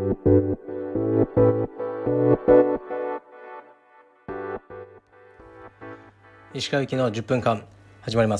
石川行きの10分間始まります。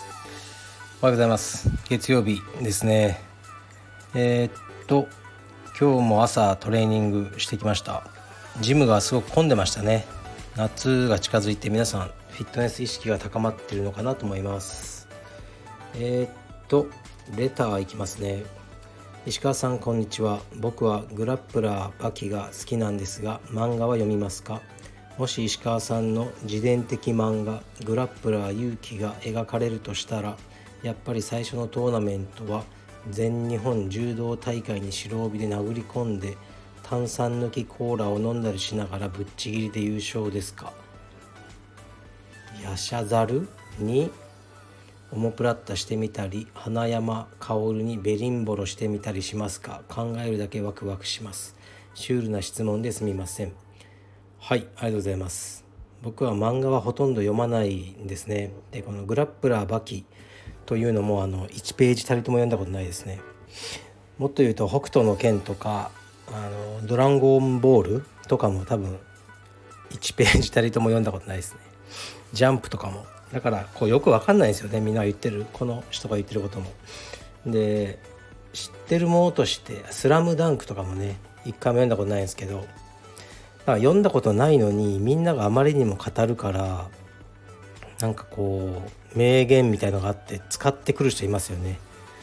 おはようございます。月曜日ですね。今日も朝トレーニングしてきました。ジムがすごく混んでましたね。夏が近づいて皆さんフィットネス意識が高まっているのかなと思います。レターいきますね。石川さんこんにちは。僕はグラップラーバキが好きなんですが、漫画は読みますか？もし石川さんの自伝的漫画グラップラー勇気が描かれるとしたら、やっぱり最初のトーナメントは全日本柔道大会に白帯で殴り込んで炭酸抜きコーラを飲んだりしながらぶっちぎりで優勝ですか？ヤシャザルにオモプラッタしてみたり、花山薫にベリンボロしてみたりしますか？考えるだけワクワクします。シュールな質問ですみません。はい、ありがとうございます。僕は漫画はほとんど読まないんですね。で、このグラップラーバキというのも1ページたりとも読んだことないですね。もっと言うと北斗の拳とかドラゴンボールとかも多分1ページたりとも読んだことないですね。ジャンプとかもだからよくわかんないんですよね。みんな言ってるこの人が言ってることも。で、知ってるものとしてスラムダンクとかもね一回も読んだことないんですけど、読んだことないのにみんながあまりにも語るから、名言みたいのがあって使ってくる人いますよね。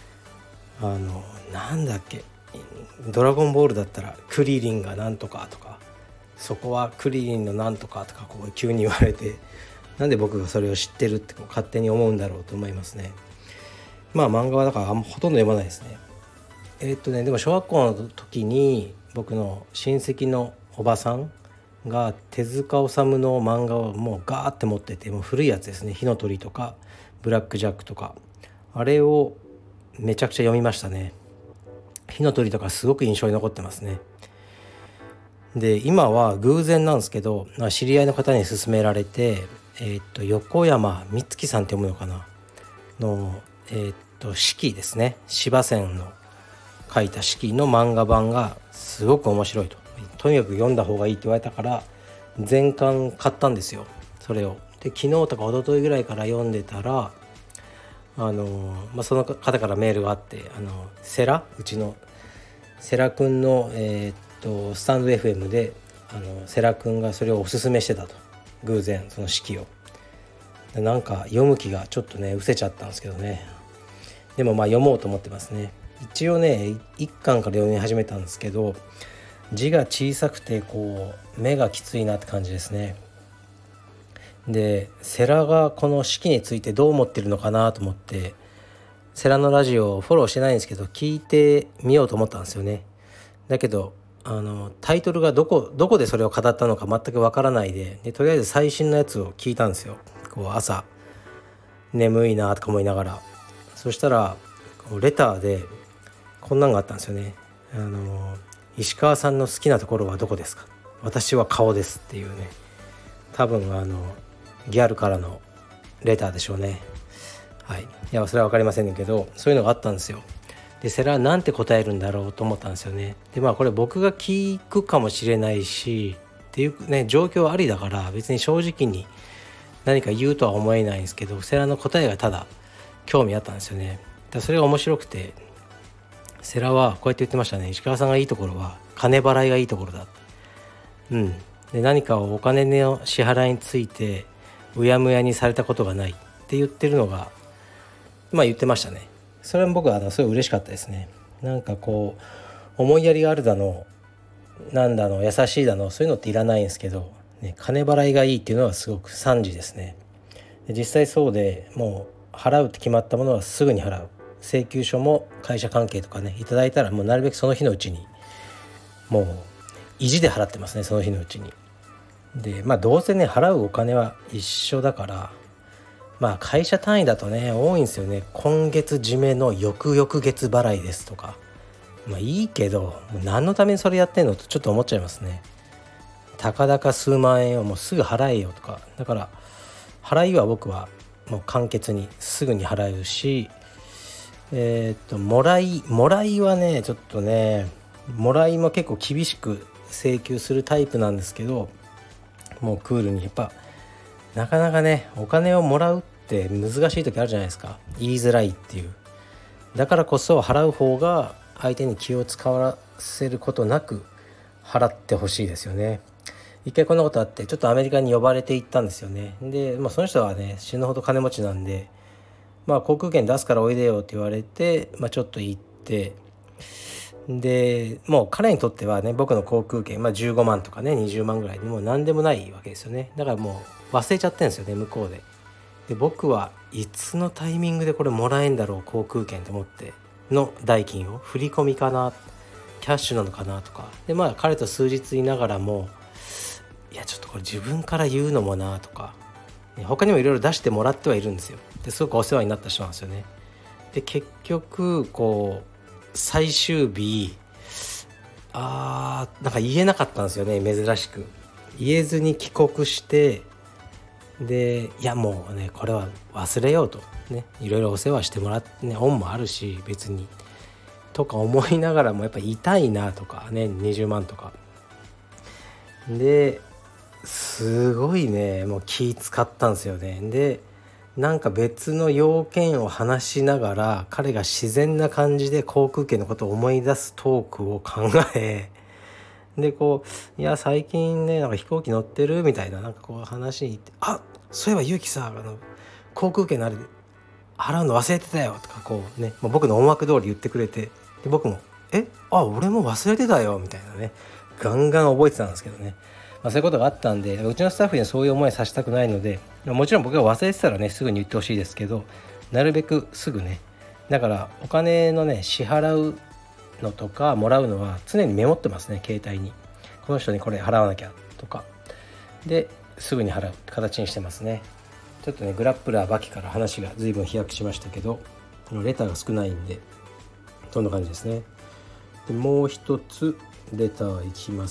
なんだっけ、ドラゴンボールだったらクリリンがなんとかとか、そこはクリリンのなんとかとか急に言われて、なんで僕がそれを知ってるって勝手に思うんだろうと思いますね。漫画はだからほとんど読まないですね。でも小学校の時に僕の親戚のおばさんが手塚治虫の漫画をもうガーって持ってて、もう古いやつですね。火の鳥とかブラックジャックとか、あれをめちゃくちゃ読みましたね。火の鳥とかすごく印象に残ってますね。で、今は偶然なんですけど、知り合いの方に勧められて、横山美月さんって読むのかなの四季ですね。司馬遷の書いた四季の漫画版がすごく面白いとにかく読んだ方がいいって言われたから全巻買ったんですよ。それをで昨日とか一昨日ぐらいから読んでたら、その方からメールがあって、うちのセラくんの、スタンド FM でセラくんがそれをおすすめしてたと。偶然その四季を読む気がちょっとね失せちゃったんですけどね。でも読もうと思ってますね。一応ね1巻から読み始めたんですけど、字が小さくて目がきついなって感じですね。で、世良がこの四季についてどう思ってるのかなと思って、世良のラジオをフォローしてないんですけど聞いてみようと思ったんですよね。だけどタイトルがどこでそれを語ったのか全くわからないで、とりあえず最新のやつを聞いたんですよ。朝眠いなとか思いながら。そしたらレターでこんなのがあったんですよね。石川さんの好きなところはどこですか？私は顔ですっていうね。多分ギャルからのレターでしょうね。はい。いやそれは分かりませんけど、そういうのがあったんですよ。で、それはなんて答えるんだろうと思ったんですよね。で、これ僕が聞くかもしれないしっていうね状況ありだから、別に正直に何か言うとは思えないんですけど、セラの答えがただ興味あったんですよね。それが面白くて、セラはこうやって言ってましたね。石川さんがいいところは金払いがいいところだ。で、何かをお金の支払いについてうやむやにされたことがないって言ってるのが言ってましたね。それは僕はすごい嬉しかったですね。思いやりがあるだのなんだの優しいだのそういうのっていらないんですけど、金払いがいいっていうのはすごく賛辞ですね。で、実際そうで、もう払うって決まったものはすぐに払う。請求書も会社関係とかねいただいたら、もうなるべくその日のうちにもう意地で払ってますね。その日のうちに。で、どうせね払うお金は一緒だから、会社単位だとね多いんですよね。今月締めの翌々月払いですとか。いいけどもう何のためにそれやってんのとちょっと思っちゃいますね。たかだか数万円をもうすぐ払えよとか。だから払いは僕はもう簡潔にすぐに払うし、もらいはねちょっとねもらいも結構厳しく請求するタイプなんですけど、もうクールにやっぱなかなかねお金をもらうって難しい時あるじゃないですか。言いづらいっていう。だからこそ払う方が相手に気を使わせることなく払ってほしいですよね。一回こんなことあって、ちょっとアメリカに呼ばれて行ったんですよね。で、その人はね死ぬほど金持ちなんで、航空券出すからおいでよって言われて、ちょっと行って、でもう彼にとってはね僕の航空券、15万とかね20万ぐらいでもう何でもないわけですよね。だからもう忘れちゃってるんですよね向こうで。で僕はいつのタイミングでこれもらえんだろう航空券と思っての代金を振り込みかなキャッシュなのかなとかで、彼と数日いながらも、いやちょっとこれ自分から言うのもなとか、他にもいろいろ出してもらってはいるんですよ。ですごくお世話になった人なんですよね。で結局こう最終日なんか言えなかったんですよね。珍しく言えずに帰国して、でいやもうねこれは忘れようとね、いろいろお世話してもらってね恩もあるし別にとか思いながらもやっぱ痛いなとかね20万とかですごいねもう気使ったんですよね。でなんか別の要件を話しながら彼が自然な感じで航空券のことを思い出すトークを考えでこういや最近ねなんか飛行機乗ってるみたいななんかこう話に行って、そういえばゆうきさ航空券のあれ払うの忘れてたよとかこうね、僕の思惑通り言ってくれて、で僕も俺も忘れてたよみたいなねガンガン覚えてたんですけどね、そういうことがあったんでうちのスタッフにはそういう思いさせたくないので、もちろん僕が忘れてたらねすぐに言ってほしいですけど、なるべくすぐね、だからお金のね支払うのとかもらうのは常にメモってますね携帯に。この人にこれ払わなきゃとかですぐに払う形にしてますね。ちょっとねグラップラーバキから話が随分飛躍しましたけど、このレターが少ないんでそんな感じですね。でもう一つレターいきます。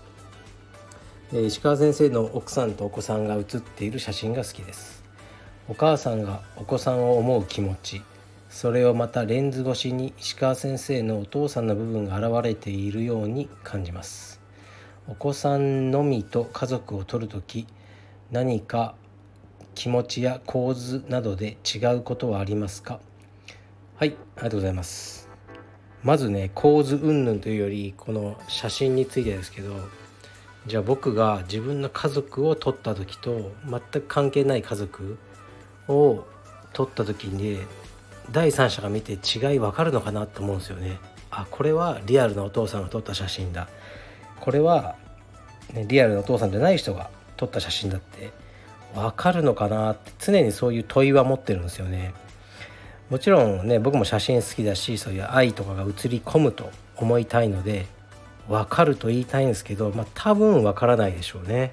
石川先生の奥さんとお子さんが写っている写真が好きです。お母さんがお子さんを思う気持ち、それをまたレンズ越しに石川先生のお父さんの部分が現れているように感じます。お子さんのみと家族を撮るとき、何か気持ちや構図などで違うことはありますか？はい、ありがとうございます。まずね構図云々というよりこの写真についてですけど、じゃあ僕が自分の家族を撮った時と全く関係ない家族を撮った時に第三者が見て違い分かるのかなと思うんですよね。これはリアルなお父さんが撮った写真だ、これは、リアルなお父さんじゃない人が撮った写真だって分かるのかなって常にそういう問いは持ってるんですよね。もちろんね僕も写真好きだし、そういう愛とかが映り込むと思いたいので分かると言いたいんですけど、多分分からないでしょうね。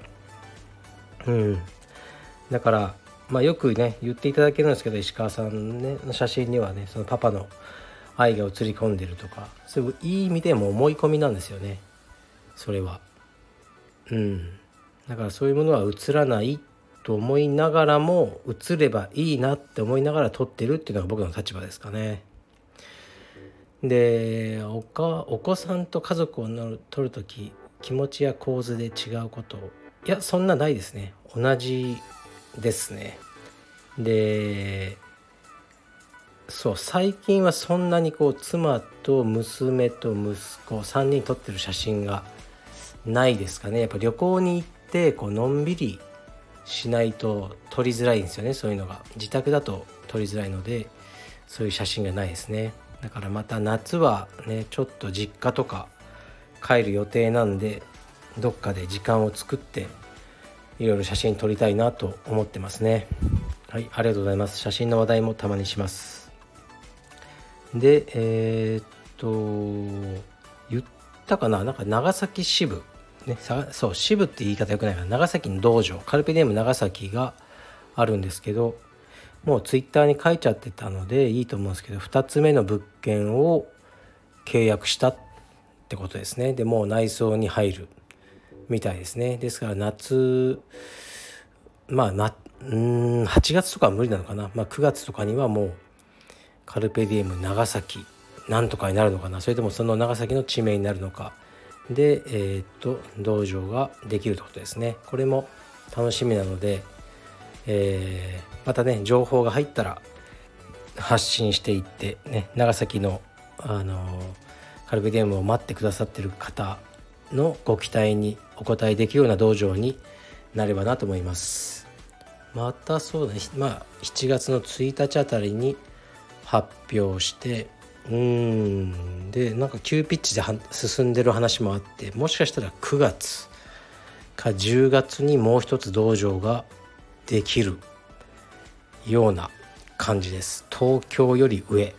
だからよくね言っていただけるんですけど、石川さん、の写真にはねそのパパの愛が映り込んでるとか、そういういい意味でも思い込みなんですよねそれは。だからそういうものは映らないと思いながらも映ればいいなって思いながら撮ってるっていうのが僕の立場ですかね。でお子さんと家族を撮るとき気持ちや構図で違うこと、いやそんなないですね。同じですね。で最近はそんなに妻と娘と息子3人撮ってる写真がないですかね。やっぱ旅行に行ってのんびりしないと撮りづらいんですよね。そういうのが自宅だと撮りづらいのでそういう写真がないですね。だからまた夏はねちょっと実家とか帰る予定なんで、どっかで時間を作っていろいろ写真撮りたいなと思ってますね。はい、ありがとうございます。写真の話題もたまにします。で言ったかな、なんか長崎支部ね、そう支部って言い方よくないから、長崎の道場カルペディウム長崎があるんですけど、もうツイッターに書いちゃってたのでいいと思うんですけど、2つ目の物件を契約したってことですね。でもう内装に入るみたいですね。ですから夏8月とかは無理なのかな、9月とかにはもうカルペディウム長崎なんとかになるのかな、それともその長崎の地名になるのかで、道場ができるってことですね。これも楽しみなので、またね情報が入ったら発信していってね、長崎のカルペディウムを待ってくださってる方のご期待にお応えできるような道場になればなと思います。またそうだね、7月の1日あたりに発表して、でなんか急ピッチで進んでる話もあって、もしかしたら9月か10月にもう一つ道場ができるような感じです。東京より上、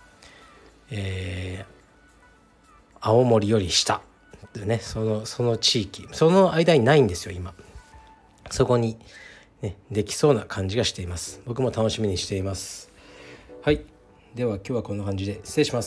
青森より下でね、その地域、その間にないんですよ今。そこに、ね、できそうな感じがしています。僕も楽しみにしています。はい、では今日はこんな感じで失礼します。